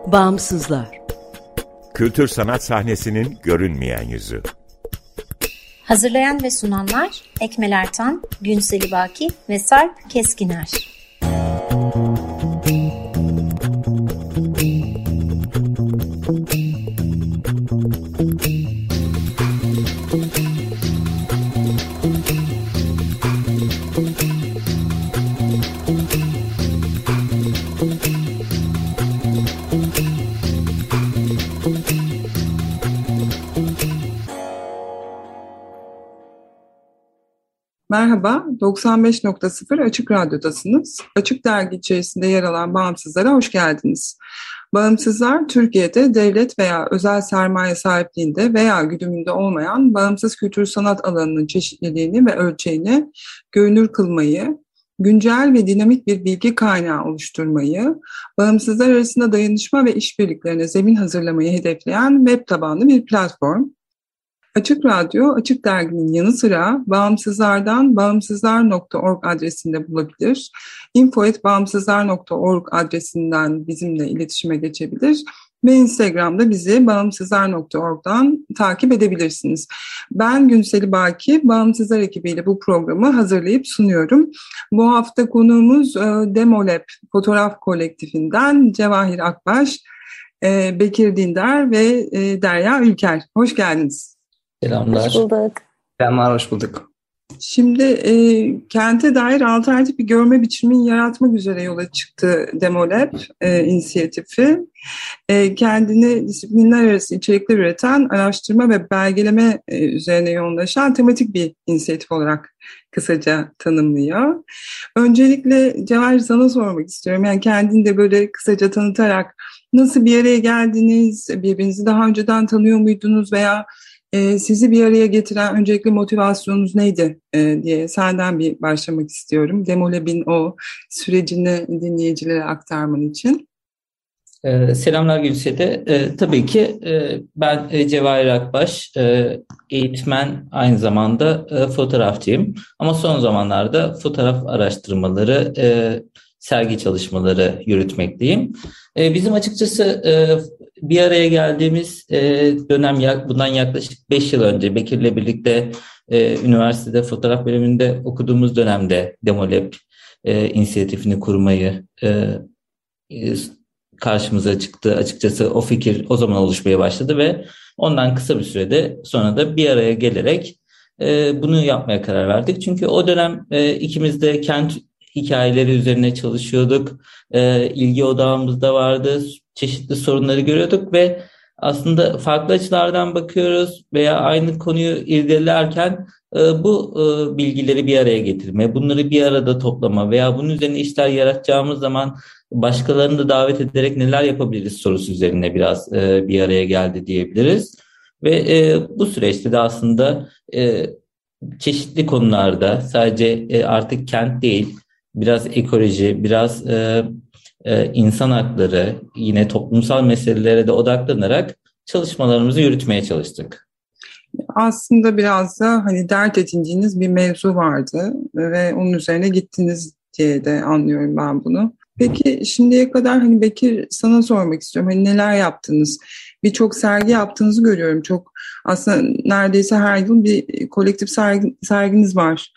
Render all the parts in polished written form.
Bağımsızlar. Kültür sanat sahnesinin görünmeyen yüzü. Hazırlayan ve sunanlar Ekmel Ertan, Günseli Baki ve Sarp Keskiner. Merhaba, 95.0 Açık Radyo'dasınız. Açık Dergi içerisinde yer alan Bağımsızlar'a hoş geldiniz. Bağımsızlar, Türkiye'de devlet veya özel sermaye sahipliğinde veya güdümünde olmayan bağımsız kültür sanat alanının çeşitliliğini ve ölçeğini görünür kılmayı, güncel ve dinamik bir bilgi kaynağı oluşturmayı, bağımsızlar arasında dayanışma ve işbirliklerine zemin hazırlamayı hedefleyen web tabanlı bir platform. Açık Radyo, Açık Dergi'nin yanı sıra bağımsızlardan bağımsızlar.org adresinde bulabilir. info@bağımsızlar.org adresinden bizimle iletişime geçebilir ve Instagram'da bizi bağımsızlar.org'dan takip edebilirsiniz. Ben Günseli Baki, Bağımsızlar ekibiyle bu programı hazırlayıp sunuyorum. Bu hafta konuğumuz Demolab Fotoğraf Kolektifinden Cevahir Akbaş, Bekir Dindar ve Derya Ülker. Hoş geldiniz. Selamlar. Hoş bulduk. Selamlar, hoş bulduk. Şimdi kente dair alternatif bir görme biçimini yaratmak üzere yola çıktı Demolab inisiyatifi. Kendini disiplinler arası içerikler üreten, araştırma ve belgeleme üzerine yoğunlaşan tematik bir inisiyatif olarak kısaca tanımlıyor. Öncelikle Cevahir, sana sormak istiyorum. Yani kendini de böyle kısaca tanıtarak nasıl bir araya geldiniz, birbirinizi daha önceden tanıyor muydunuz veya sizi bir araya getiren öncelikle motivasyonunuz neydi diye senden bir başlamak istiyorum. Demolab'in o sürecini dinleyicilere aktarman için. Selamlar Gülsede. Tabii ki ben Cevahir Akbaş, eğitmen, aynı zamanda fotoğrafçıyım. Ama son zamanlarda fotoğraf araştırmaları, sergi çalışmaları yürütmekteyim. Bizim açıkçası bir araya geldiğimiz dönem bundan yaklaşık 5 yıl önce Bekir'le birlikte üniversitede fotoğraf bölümünde okuduğumuz dönemde Demolab inisiyatifini kurmayı karşımıza çıktı. Açıkçası o fikir o zaman oluşmaya başladı ve ondan kısa bir sürede sonra da bir araya gelerek bunu yapmaya karar verdik. Çünkü o dönem ikimiz de kent hikayeleri üzerine çalışıyorduk. İlgi odağımız da vardı. Çeşitli sorunları görüyorduk ve aslında farklı açılardan bakıyoruz veya aynı konuyu irdelerken bu bilgileri bir araya getirme, bunları bir arada toplama veya bunun üzerine işler yaratacağımız zaman başkalarını da davet ederek neler yapabiliriz sorusu üzerine biraz bir araya geldi diyebiliriz. Ve bu süreçte de aslında çeşitli konularda sadece artık kent değil, biraz ekoloji, biraz insan hakları, yine toplumsal meselelere de odaklanarak çalışmalarımızı yürütmeye çalıştık. Aslında biraz da hani dert edindiğiniz bir mevzu vardı ve onun üzerine gittiniz diye de anlıyorum ben bunu. Peki şimdiye kadar hani Bekir, sana sormak istiyorum. Hani neler yaptınız? Birçok sergi yaptığınızı görüyorum. Çok aslında neredeyse her yıl bir kolektif serginiz var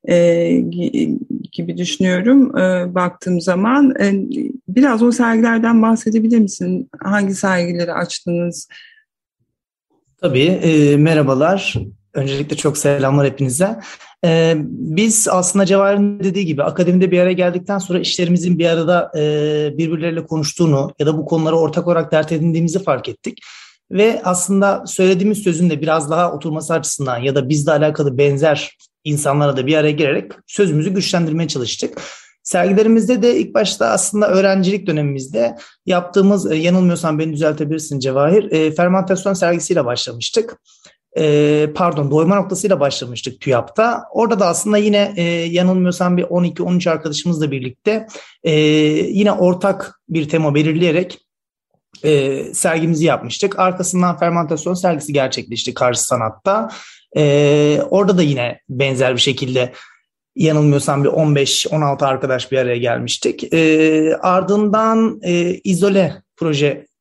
gibi düşünüyorum baktığım zaman. Biraz o sergilerden bahsedebilir misin? Hangi sergileri açtınız? Tabii, merhabalar. Öncelikle çok selamlar hepinize. Biz aslında Cevahir'in dediği gibi akademide bir araya geldikten sonra işlerimizin bir arada birbirleriyle konuştuğunu ya da bu konuları ortak olarak dert edindiğimizi fark ettik. Ve aslında söylediğimiz sözün de biraz daha oturması açısından ya da bizle alakalı benzer insanlara da bir araya gelerek sözümüzü güçlendirmeye çalıştık. Sergilerimizde de ilk başta aslında öğrencilik dönemimizde yaptığımız, yanılmıyorsam beni düzeltebilirsin Cevahir, fermantasyon sergisiyle başlamıştık. Doyma noktasıyla başlamıştık TÜYAP'ta. Orada da aslında yine yanılmıyorsam bir 12-13 arkadaşımızla birlikte yine ortak bir tema belirleyerek sergimizi yapmıştık. Arkasından fermantasyon sergisi gerçekleşti Karşı Sanat'ta. Orada da yine benzer bir şekilde yanılmıyorsam bir 15-16 arkadaş bir araya gelmiştik. Ardından İzole proje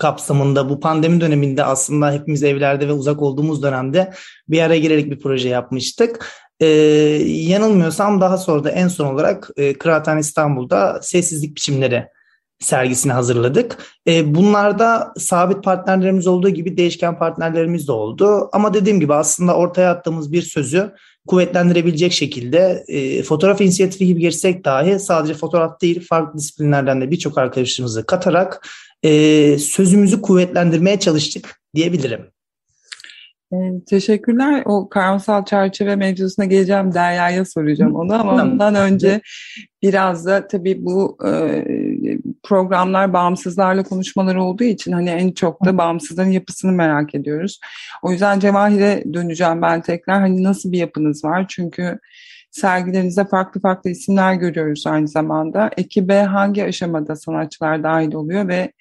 kapsamında bu pandemi döneminde aslında hepimiz evlerde ve uzak olduğumuz dönemde bir araya gelerek bir proje yapmıştık. Yanılmıyorsam daha sonra da en son olarak Kıraathane İstanbul'da Sessizlik Biçimleri sergisini hazırladık. Bunlarda sabit partnerlerimiz olduğu gibi değişken partnerlerimiz de oldu. Ama dediğim gibi aslında ortaya attığımız bir sözü kuvvetlendirebilecek şekilde fotoğraf inisiyatifi gibi geçsek dahi sadece fotoğraf değil, farklı disiplinlerden de birçok arkadaşımızı katarak sözümüzü kuvvetlendirmeye çalıştık diyebilirim. Teşekkürler. O karamsal çerçeve mevzusuna geleceğim. Derya'ya soracağım onu ama ondan önce biraz da tabii bu programlar bağımsızlarla konuşmalar olduğu için hani en çok da bağımsızların yapısını merak ediyoruz. O yüzden Cevahir'e döneceğim ben tekrar. Hani nasıl bir yapınız var? Çünkü sergilerinizde farklı farklı isimler görüyoruz aynı zamanda. Ekibe hangi aşamada sanatçılar dahil oluyor ve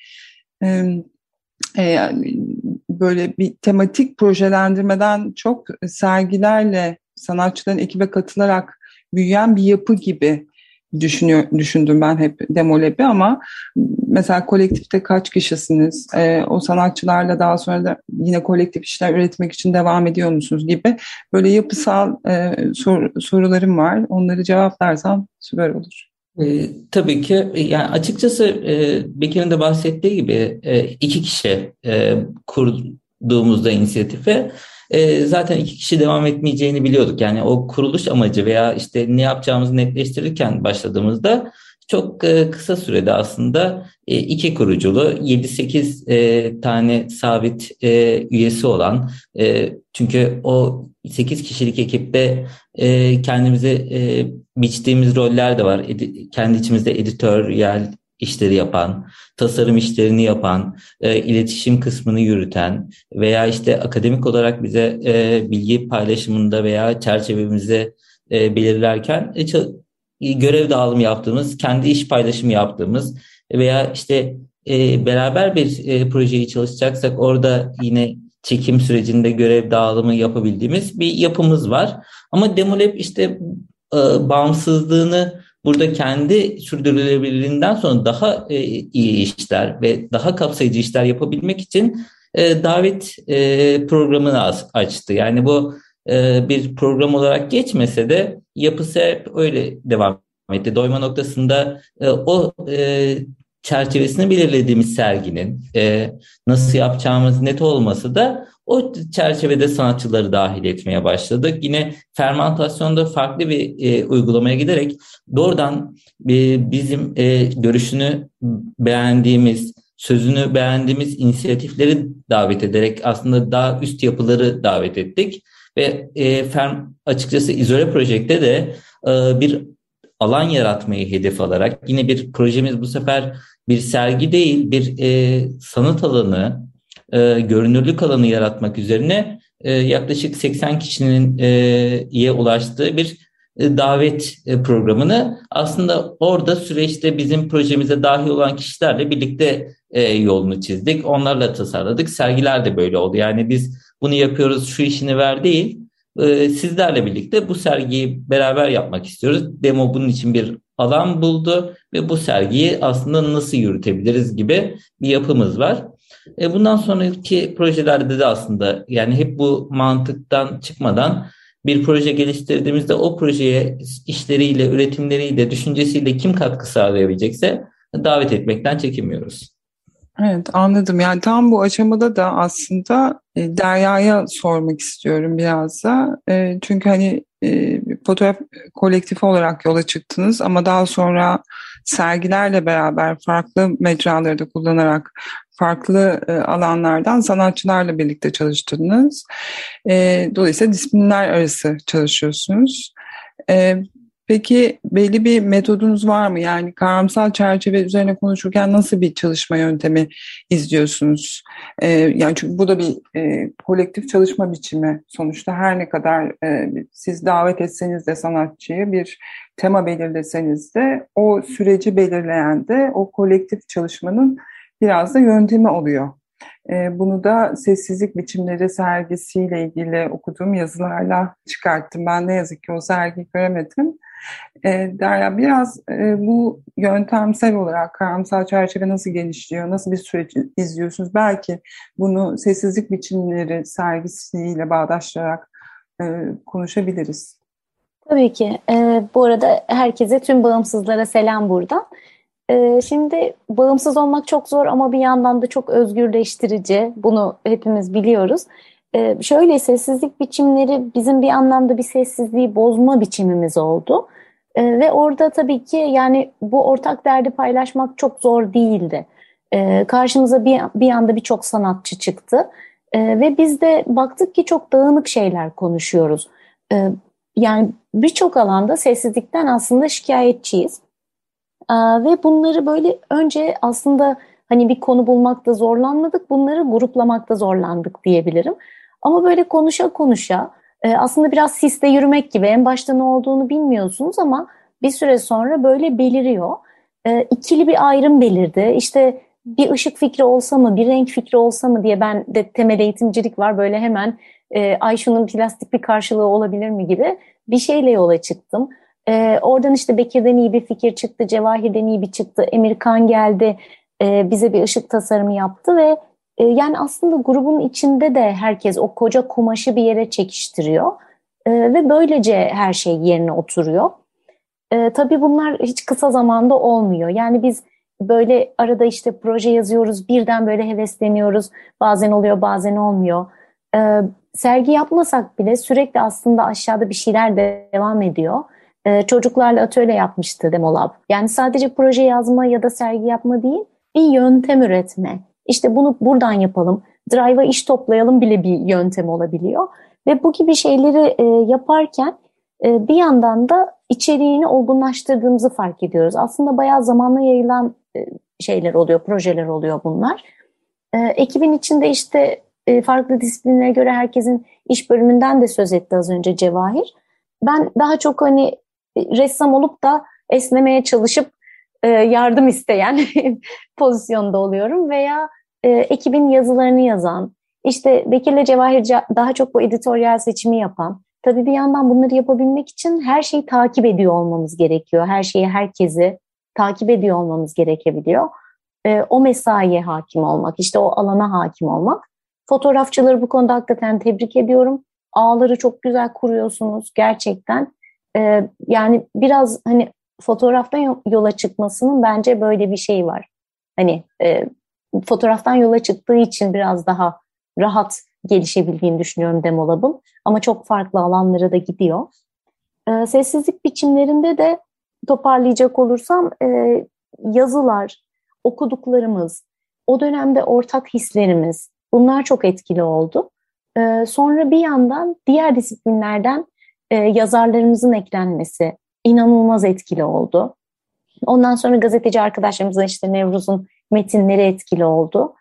böyle bir tematik projelendirmeden çok sergilerle sanatçıların ekibe katılarak büyüyen bir yapı gibi düşündüm ben hep Demolab'i ama mesela kolektifte kaç kişisiniz? O sanatçılarla daha sonra da yine kolektif işler üretmek için devam ediyor musunuz gibi böyle yapısal sorularım var. Onları cevaplarsam süper olur. Tabii ki yani açıkçası Bekir'in de bahsettiği gibi 2 kişi kurduğumuzda inisiyatife zaten 2 kişi devam etmeyeceğini biliyorduk. Yani o kuruluş amacı veya işte ne yapacağımızı netleştirirken başladığımızda çok kısa sürede aslında 2 kuruculu 7-8 tane sabit üyesi olan çünkü o 8 kişilik ekipte kendimize biçtiğimiz roller de var. Kendi içimizde editoryal işleri yapan, tasarım işlerini yapan, iletişim kısmını yürüten veya işte akademik olarak bize bilgi paylaşımında veya çerçevemizi belirlerken görev dağılımı yaptığımız, kendi iş paylaşımı yaptığımız veya işte beraber bir projeyi çalışacaksak orada yine çekim sürecinde görev dağılımı yapabildiğimiz bir yapımız var. Ama Demolab işte bağımsızlığını burada kendi sürdürülebilirliğinden sonra daha iyi işler ve daha kapsayıcı işler yapabilmek için davet programını açtı. Yani bu bir program olarak geçmese de yapısı hep öyle devam etti. Doyma noktasında o çerçevesini belirlediğimiz serginin nasıl yapacağımız net olması da o çerçevede sanatçıları dahil etmeye başladık. Yine fermentasyonda farklı bir uygulamaya giderek doğrudan bizim görüşünü beğendiğimiz, sözünü beğendiğimiz inisiyatifleri davet ederek aslında daha üst yapıları davet ettik. Ve açıkçası İzole Project'te de bir alan yaratmayı hedef alarak yine bir projemiz bu sefer bir sergi değil bir sanat alanı, görünürlük alanı yaratmak üzerine yaklaşık 80 kişinin ulaştığı bir davet programını aslında orada süreçte bizim projemize dahil olan kişilerle birlikte yolunu çizdik. Onlarla tasarladık. Sergiler de böyle oldu. Yani biz bunu yapıyoruz, şu işini ver değil. Sizlerle birlikte bu sergiyi beraber yapmak istiyoruz. Demo bunun için bir alan buldu ve bu sergiyi aslında nasıl yürütebiliriz gibi bir yapımız var. Bundan sonraki projelerde de aslında yani hep bu mantıktan çıkmadan bir proje geliştirdiğimizde o projeye işleriyle, üretimleriyle, düşüncesiyle kim katkı sağlayabilecekse davet etmekten çekinmiyoruz. Evet, anladım. Yani tam bu aşamada da aslında Derya'ya sormak istiyorum biraz da. Çünkü hani fotoğraf kolektifi olarak yola çıktınız ama daha sonra sergilerle beraber farklı mecraları da kullanarak farklı alanlardan sanatçılarla birlikte çalıştınız. Dolayısıyla disiplinler arası çalışıyorsunuz. Peki belli bir metodunuz var mı? Yani kavramsal çerçeve üzerine konuşurken nasıl bir çalışma yöntemi izliyorsunuz? Yani çünkü bu da bir kolektif çalışma biçimi. Sonuçta her ne kadar siz davet etseniz de sanatçıyı bir tema belirleseniz de o süreci belirleyen de o kolektif çalışmanın biraz da yöntemi oluyor. Bunu da Sessizlik Biçimleri sergisiyle ilgili okuduğum yazılarla çıkarttım. Ben ne yazık ki o sergiyi göremedim. Derya, biraz bu yöntemsel olarak karamsal çerçeve nasıl gelişiyor, nasıl bir süreç izliyorsunuz? Belki bunu sessizlik biçimleri sergisiyle bağdaştırarak konuşabiliriz. Tabii ki. Bu arada herkese, tüm bağımsızlara selam buradan. Şimdi bağımsız olmak çok zor ama bir yandan da çok özgürleştirici. Bunu hepimiz biliyoruz. Şöyle, sessizlik biçimleri bizim bir anlamda bir sessizliği bozma biçimimiz oldu. Ve orada tabii ki yani bu ortak derdi paylaşmak çok zor değildi. Karşımıza bir anda birçok sanatçı çıktı. Ve biz de baktık ki çok dağınık şeyler konuşuyoruz. Yani birçok alanda sessizlikten aslında şikayetçiyiz. Ve bunları böyle önce aslında hani bir konu bulmakta zorlanmadık, bunları gruplamakta zorlandık diyebilirim. Ama böyle konuşa konuşa aslında biraz siste yürümek gibi, en başta ne olduğunu bilmiyorsunuz ama bir süre sonra böyle beliriyor. İkili bir ayrım belirdi. İşte bir ışık fikri olsa mı, bir renk fikri olsa mı diye, ben de temel eğitimcilik var, böyle hemen ay şunun plastik bir karşılığı olabilir mi gibi bir şeyle yola çıktım. Oradan işte Bekir'den iyi bir fikir çıktı, Cevahir'den iyi bir çıktı, Emirkan geldi, bize bir ışık tasarımı yaptı ve yani aslında grubun içinde de herkes o koca kumaşı bir yere çekiştiriyor ve böylece her şey yerine oturuyor. Tabii bunlar hiç kısa zamanda olmuyor. Yani biz böyle arada işte proje yazıyoruz, birden böyle hevesleniyoruz, bazen oluyor bazen olmuyor. Sergi yapmasak bile sürekli aslında aşağıda bir şeyler devam ediyor. Çocuklarla atölye yapmıştı Demolab. Yani sadece proje yazma ya da sergi yapma değil, bir yöntem üretme. İşte bunu buradan yapalım, Drive'a iş toplayalım bile bir yöntem olabiliyor. Ve bu gibi şeyleri yaparken bir yandan da içeriğini olgunlaştırdığımızı fark ediyoruz. Aslında bayağı zamanla yayılan şeyler oluyor, projeler oluyor bunlar. Ekibin içinde işte farklı disiplinlere göre herkesin iş bölümünden de söz etti az önce Cevahir. Ben daha çok hani ressam olup da esnemeye çalışıp yardım isteyen pozisyonda oluyorum veya ekibin yazılarını yazan, işte Bekir'le Cevahir daha çok bu editoryal seçimi yapan. Tabii bir yandan bunları yapabilmek için her şeyi takip ediyor olmamız gerekiyor. Her şeyi, herkesi takip ediyor olmamız gerekebiliyor. O mesaiye hakim olmak, işte o alana hakim olmak. Fotoğrafçıları bu konuda hakikaten tebrik ediyorum. Ağları çok güzel kuruyorsunuz gerçekten. Yani biraz hani fotoğraftan yola çıkmasının bence böyle bir şey var. Hani fotoğraftan yola çıktığı için biraz daha rahat gelişebildiğini düşünüyorum Demolab'ın. Ama çok farklı alanlara da gidiyor. Sessizlik biçimlerinde de toparlayacak olursam yazılar, okuduklarımız, o dönemde ortak hislerimiz, bunlar çok etkili oldu. Sonra bir yandan diğer disiplinlerden yazarlarımızın eklenmesi inanılmaz etkili oldu. Ondan sonra gazeteci arkadaşlarımızın, işte Nevruz'un metinleri etkili oldu.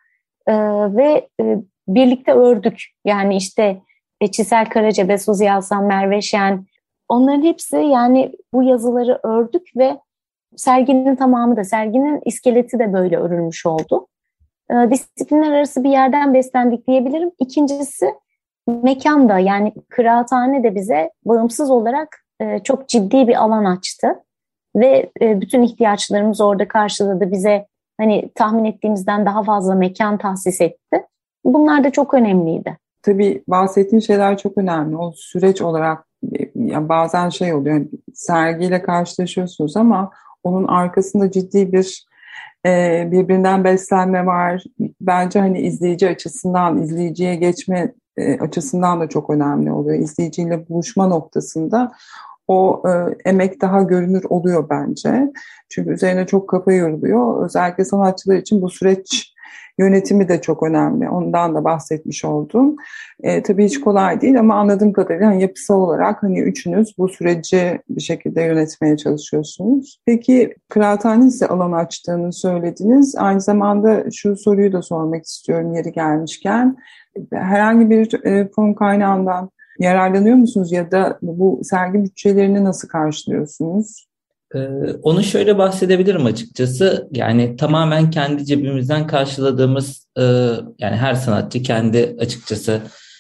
Ve birlikte ördük. Yani işte Çisel Karacebe, Suzi Alsan, Merve Şen, onların hepsi yani bu yazıları ördük ve serginin tamamı da, serginin iskeleti de böyle örülmüş oldu. Disiplinler arası bir yerden beslendik diyebilirim. İkincisi mekan da, yani kıraathane de bize bağımsız olarak çok ciddi bir alan açtı. Ve bütün ihtiyaçlarımız orada karşıladı. Bize hani tahmin ettiğimizden daha fazla mekan tahsis etti. Bunlar da çok önemliydi. Tabii bahsettiğin şeyler çok önemli. O süreç olarak ya bazen şey oluyor, yani sergiyle karşılaşıyorsunuz ama onun arkasında ciddi bir birbirinden beslenme var. Bence hani izleyici açısından, izleyiciye geçme açısından da çok önemli oluyor. İzleyiciyle buluşma noktasında o emek daha görünür oluyor bence. Çünkü üzerine çok kafa yoruluyor. Özellikle sanatçılar için bu süreç yönetimi de çok önemli. Ondan da bahsetmiş oldum. Tabii hiç kolay değil ama anladığım kadarıyla hani yapısal olarak hani üçünüz bu süreci bir şekilde yönetmeye çalışıyorsunuz. Peki kıraathanenin size alan açtığını söylediniz. Aynı zamanda şu soruyu da sormak istiyorum yeri gelmişken. Herhangi bir fon kaynağından yararlanıyor musunuz ya da bu sergi bütçelerini nasıl karşılıyorsunuz? Onu şöyle bahsedebilirim açıkçası. Yani tamamen kendi cebimizden karşıladığımız, yani her sanatçı kendi açıkçası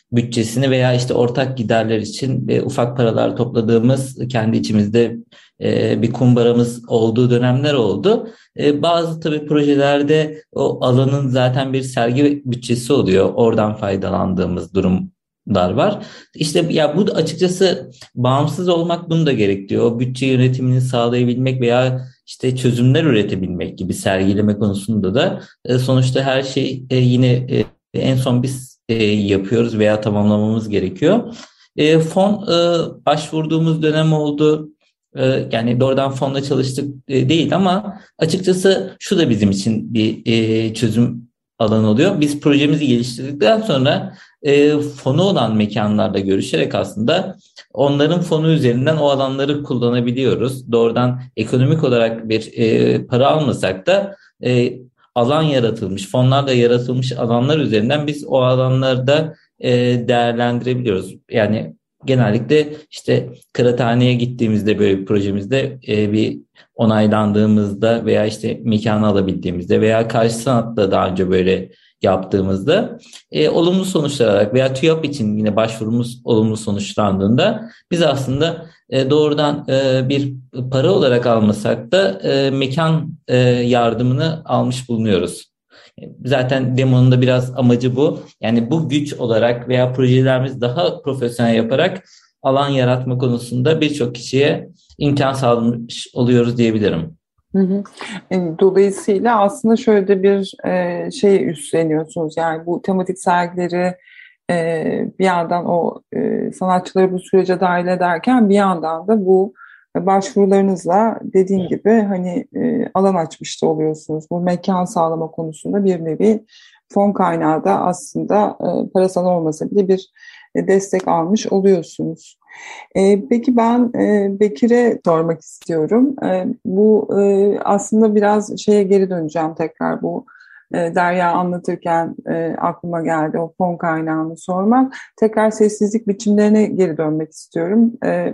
bütçesini veya işte ortak giderler için ufak paralar topladığımız, kendi içimizde bir kumbaramız olduğu dönemler oldu. Bazı tabii projelerde o alanın zaten bir sergi bütçesi oluyor. Oradan faydalandığımız durumlar var. İşte ya bu açıkçası bağımsız olmak bunu da gerektiriyor. O bütçe yönetimini sağlayabilmek veya işte çözümler üretebilmek gibi sergileme konusunda da sonuçta her şey yine en son biz yapıyoruz veya tamamlamamız gerekiyor. Fon başvurduğumuz dönem oldu. Yani doğrudan fonla çalıştık değil ama açıkçası şu da bizim için bir çözüm alanı oluyor. Biz projemizi geliştirdikten sonra fonu olan mekanlarla görüşerek aslında onların fonu üzerinden o alanları kullanabiliyoruz. Doğrudan ekonomik olarak bir para almasak da alan yaratılmış, fonlarla yaratılmış alanlar üzerinden biz o alanlarda değerlendirebiliyoruz. Yani genellikle işte kıraathaneye gittiğimizde böyle bir projemizde bir onaylandığımızda veya işte mekanı alabildiğimizde veya karşı sanatta daha önce böyle yaptığımızda olumlu sonuçlar alarak veya TÜYAP için yine başvurumuz olumlu sonuçlandığında biz aslında doğrudan bir para olarak almasak da mekan yardımını almış bulunuyoruz. Zaten demonun da biraz amacı bu. Yani bu güç olarak veya projelerimizi daha profesyonel yaparak alan yaratma konusunda birçok kişiye imkan sağlamış oluyoruz diyebilirim. Dolayısıyla aslında şöyle bir şey üstleniyorsunuz. Yani bu tematik sergileri bir yandan o sanatçıları bu sürece dahil ederken bir yandan da bu başvurularınızla dediğim gibi hani alan açmış da oluyorsunuz. Bu mekan sağlama konusunda bir nevi fon kaynağı da aslında parasal olmasa bile bir destek almış oluyorsunuz. Peki ben Bekir'e sormak istiyorum. Bu aslında biraz şeye geri döneceğim tekrar bu Derya anlatırken aklıma geldi o fon kaynağını sormak. Tekrar sessizlik biçimlerine geri dönmek istiyorum.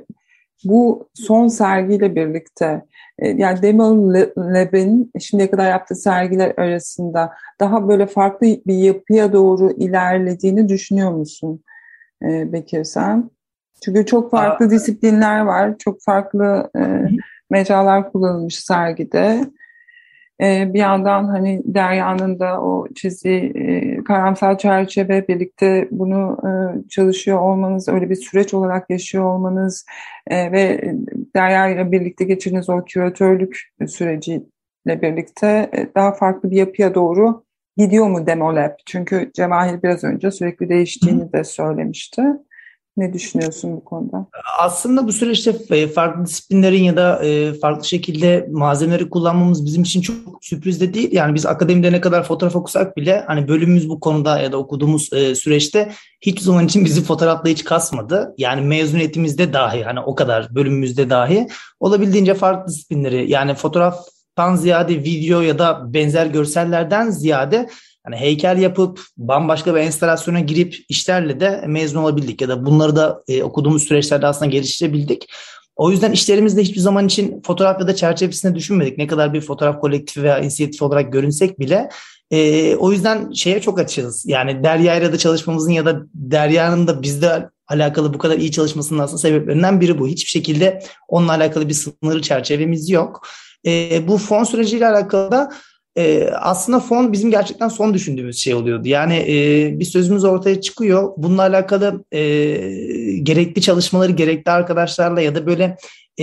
Bu son sergiyle birlikte yani Demon Lab'in şimdiye kadar yaptığı sergiler arasında daha böyle farklı bir yapıya doğru ilerlediğini düşünüyor musun Bekir sen? Çünkü çok farklı disiplinler var, çok farklı mecralar kullanılmış sergide. Bir yandan hani Derya'nın da o çizdiği karamsal çerçeve birlikte bunu çalışıyor olmanız, öyle bir süreç olarak yaşıyor olmanız ve Derya ile birlikte geçirdiğiniz o küratörlük süreciyle birlikte daha farklı bir yapıya doğru gidiyor mu Demolab? Çünkü Cemahir biraz önce sürekli değiştiğini de söylemişti. Ne düşünüyorsun bu konuda? Aslında bu süreçte farklı disiplinlerin ya da farklı şekilde malzemeleri kullanmamız bizim için çok sürpriz de değil. Yani biz akademide ne kadar fotoğraf okusak bile hani bölümümüz bu konuda ya da okuduğumuz süreçte hiç zaman için bizi fotoğrafla hiç kasmadı. Yani mezuniyetimizde dahi hani o kadar bölümümüzde dahi olabildiğince farklı disiplinleri yani fotoğraftan ziyade video ya da benzer görsellerden ziyade hani heykel yapıp bambaşka bir enstalasyona girip işlerle de mezun olabildik ya da bunları da okuduğumuz süreçlerde aslında geliştirebildik. O yüzden işlerimizde hiçbir zaman için fotoğraf ya da çerçevesine düşünmedik. Ne kadar bir fotoğraf kolektifi veya inisiyatif olarak görünsek bile o yüzden şeye çok açığız. Yani Derya'yla da çalışmamızın ya da Derya'nın da bizde alakalı bu kadar iyi çalışmasının aslında sebeplerinden biri bu. Hiçbir şekilde onunla alakalı bir sınırlı çerçevemiz yok. Bu fon süreciyle alakalı da aslında fon bizim gerçekten son düşündüğümüz şey oluyordu. Yani bir sözümüz ortaya çıkıyor. Bununla alakalı gerekli çalışmaları gerekli arkadaşlarla ya da böyle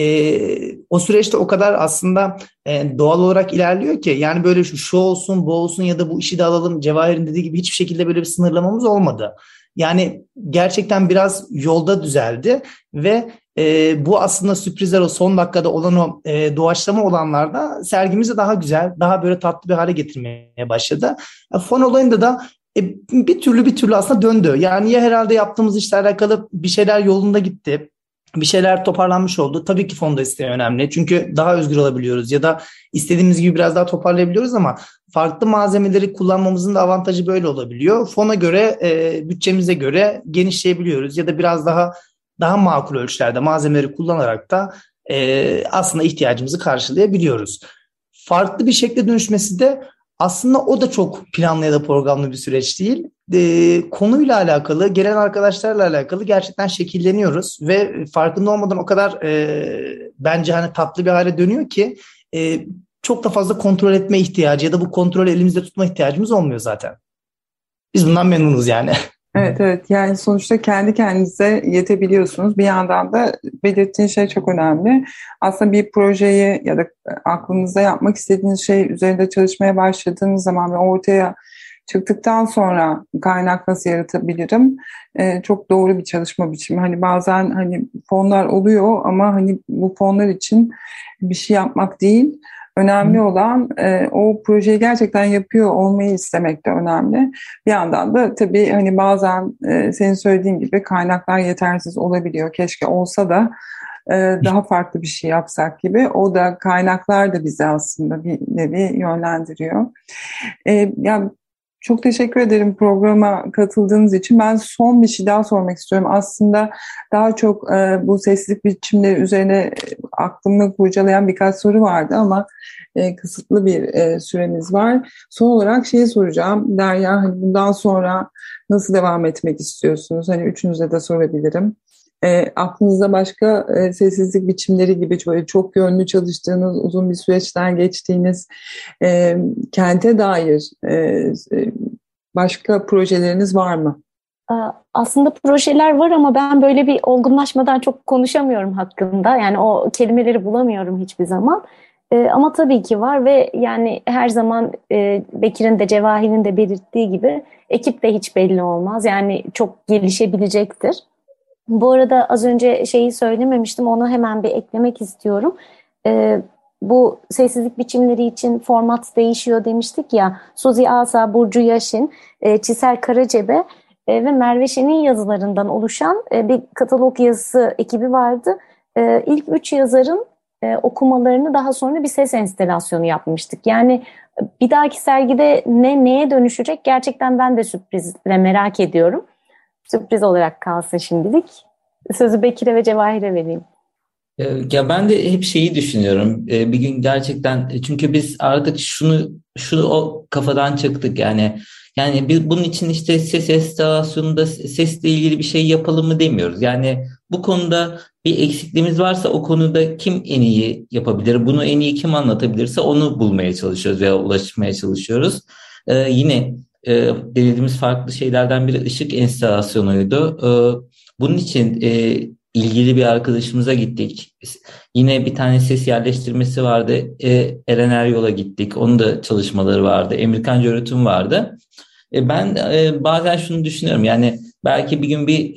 o süreçte o kadar aslında doğal olarak ilerliyor ki yani böyle şu olsun bu olsun ya da bu işi de alalım Cevahir'in dediği gibi hiçbir şekilde böyle bir sınırlamamız olmadı. Yani gerçekten biraz yolda düzeldi ve bu aslında sürprizler o son dakikada olan o doğaçlama olanlarda sergimizi daha güzel, daha böyle tatlı bir hale getirmeye başladı. Fon olayında da bir türlü aslında döndü. Yani ya herhalde yaptığımız işle alakalı bir şeyler yolunda gitti. Bir şeyler toparlanmış oldu. Tabii ki fon da isteği önemli. Çünkü daha özgür olabiliyoruz ya da istediğimiz gibi biraz daha toparlayabiliyoruz ama farklı malzemeleri kullanmamızın da avantajı böyle olabiliyor. Fona göre, bütçemize göre genişleyebiliyoruz ya da biraz daha makul ölçülerde malzemeleri kullanarak da aslında ihtiyacımızı karşılayabiliyoruz. Farklı bir şekilde dönüşmesi de aslında o da çok planlı ya da programlı bir süreç değil. konuyla alakalı, gelen arkadaşlarla alakalı gerçekten şekilleniyoruz ve farkında olmadan o kadar bence hani tatlı bir hale dönüyor ki çok da fazla kontrol etme ihtiyacı ya da bu kontrolü elimizde tutma ihtiyacımız olmuyor zaten. Biz bundan memnunuz yani. Evet, evet, yani sonuçta kendi kendinize yetebiliyorsunuz. Bir yandan da belirttiğin şey çok önemli. Aslında bir projeyi ya da aklınızda yapmak istediğiniz şey üzerinde çalışmaya başladığınız zaman ve ortaya çıktıktan sonra kaynak nasıl yaratabilirim? Çok doğru bir çalışma biçimi. Hani bazen hani fonlar oluyor ama hani bu fonlar için bir şey yapmak değil. Önemli olan o projeyi gerçekten yapıyor olmayı istemek de önemli. Bir yandan da tabii hani bazen senin söylediğin gibi kaynaklar yetersiz olabiliyor. Keşke olsa da daha farklı bir şey yapsak gibi. O da kaynaklar da bizi aslında bir nevi yönlendiriyor. Yani çok teşekkür ederim programa katıldığınız için. Ben son bir şey daha sormak istiyorum. Aslında daha çok bu sessizlik biçimleri üzerine aklımı kurcalayan birkaç soru vardı ama kısıtlı bir süremiz var. Son olarak şeyi soracağım. Derya, hani bundan sonra nasıl devam etmek istiyorsunuz? Hani üçünüze de sorabilirim. Aklınızda başka sessizlik biçimleri gibi böyle çok yönlü çalıştığınız, uzun bir süreçten geçtiğiniz kente dair başka projeleriniz var mı? Aslında projeler var ama ben böyle bir olgunlaşmadan çok konuşamıyorum hakkında. Yani o kelimeleri bulamıyorum hiçbir zaman. Ama tabii ki var ve yani her zaman Bekir'in de Cevahir'in de belirttiği gibi ekip de hiç belli olmaz. Yani çok gelişebilecektir. Bu arada az önce şeyi söylememiştim, onu hemen bir eklemek istiyorum. Bu sessizlik biçimleri için format değişiyor demiştik ya. Suzi Asa, Burcu Yaşin, Çisel Karacebe ve Merve Şen'in yazılarından oluşan bir katalog yazısı ekibi vardı. İlk 3 yazarın okumalarını daha sonra bir ses enstalasyonu yapmıştık. Yani bir dahaki sergide neye dönüşecek gerçekten ben de sürprizle merak ediyorum. Sürpriz olarak kalsın şimdilik. Sözü Bekir'e ve Cevahir'e vereyim. Ya ben de hep şeyi düşünüyorum. Bir gün gerçekten çünkü biz artık şunu o kafadan çıktık yani bunun için işte ses enstalasyonunda sesle ilgili bir şey yapalım mı demiyoruz. Yani bu konuda bir eksikliğimiz varsa o konuda kim en iyi yapabilir, bunu en iyi kim anlatabilirse onu bulmaya çalışıyoruz veya ulaşmaya çalışıyoruz. Yine denediğimiz farklı şeylerden biri ışık enstalasyonuydu. Bunun için ilgili bir arkadaşımıza gittik. Yine bir tane ses yerleştirmesi vardı. Eren Eryol'a gittik. Onun da çalışmaları vardı. Emirkan Cöret'ün vardı. Ben bazen şunu düşünüyorum. Yani belki bir gün bir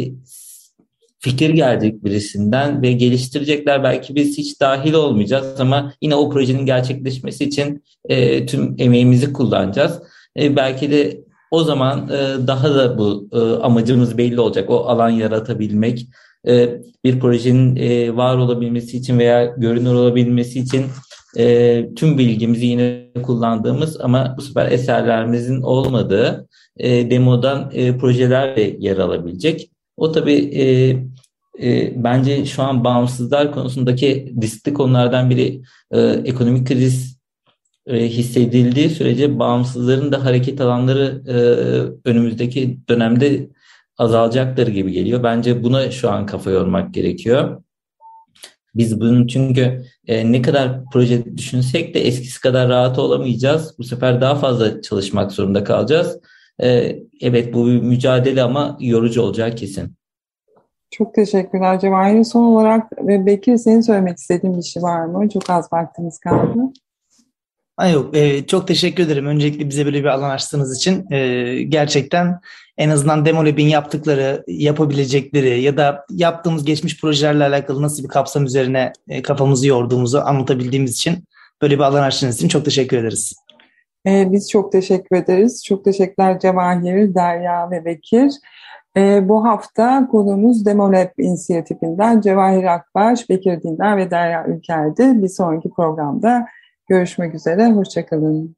fikir gelecek birisinden ve geliştirecekler. Belki biz hiç dahil olmayacağız ama yine o projenin gerçekleşmesi için tüm emeğimizi kullanacağız. Belki de o zaman daha da bu amacımız belli olacak. O alan yaratabilmek, bir projenin var olabilmesi için veya görünür olabilmesi için tüm bilgimizi yine kullandığımız ama bu sefer eserlerimizin olmadığı demodan projelerle yer alabilecek. O tabii bence şu an bağımsızlar konusundaki riskli konulardan biri. Ekonomik kriz hissedildiği sürece bağımsızların da hareket alanları önümüzdeki dönemde azalacaktır gibi geliyor. Bence buna şu an kafa yormak gerekiyor. Biz bunun çünkü ne kadar proje düşünsek de eskisi kadar rahat olamayacağız. Bu sefer daha fazla çalışmak zorunda kalacağız. Evet, bu bir mücadele ama yorucu olacak kesin. Çok teşekkürler Cevahir. Son olarak Bekir, senin söylemek istediğin bir şey var mı? Çok az vaktimiz kaldı. Ay yok, çok teşekkür ederim. Öncelikle bize böyle bir alan açtığınız için gerçekten en azından Demolab'in yaptıkları, yapabilecekleri ya da yaptığımız geçmiş projelerle alakalı nasıl bir kapsam üzerine kafamızı yorduğumuzu anlatabildiğimiz için böyle bir alan açtığınız için çok teşekkür ederiz. Biz çok teşekkür ederiz. Çok teşekkürler Cevahir, Derya ve Bekir. Bu hafta konuğumuz Demolab inisiyatifinden Cevahir Akbaş, Bekir Dindar ve Derya Ülker'di. Bir sonraki programda görüşmek üzere. Hoşça kalın.